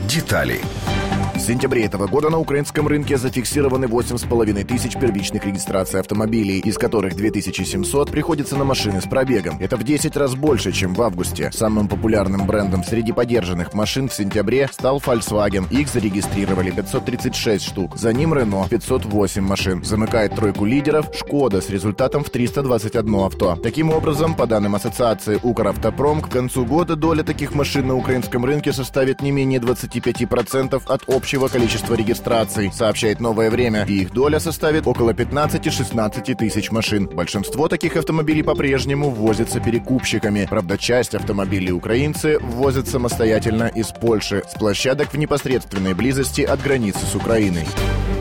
Детали. В сентябре этого года на украинском рынке зафиксированы 8,5 тысяч первичных регистраций автомобилей, из которых 2700 приходится на машины с пробегом. Это в 10 раз больше, чем в августе. Самым популярным брендом среди подержанных машин в сентябре стал Volkswagen. Их зарегистрировали 536 штук. За ним Renault — 508 машин. Замыкает тройку лидеров Шкода с результатом в 321 авто. Таким образом, по данным ассоциации Укравтопром, к концу года доля таких машин на украинском рынке составит не менее 25% от общего количества регистраций, сообщает «Новое время», и их доля составит около 15-16 тысяч машин. Большинство таких автомобилей по-прежнему ввозятся перекупщиками. Правда, часть автомобилей украинцы ввозят самостоятельно из Польши, с площадок в непосредственной близости от границы с Украиной.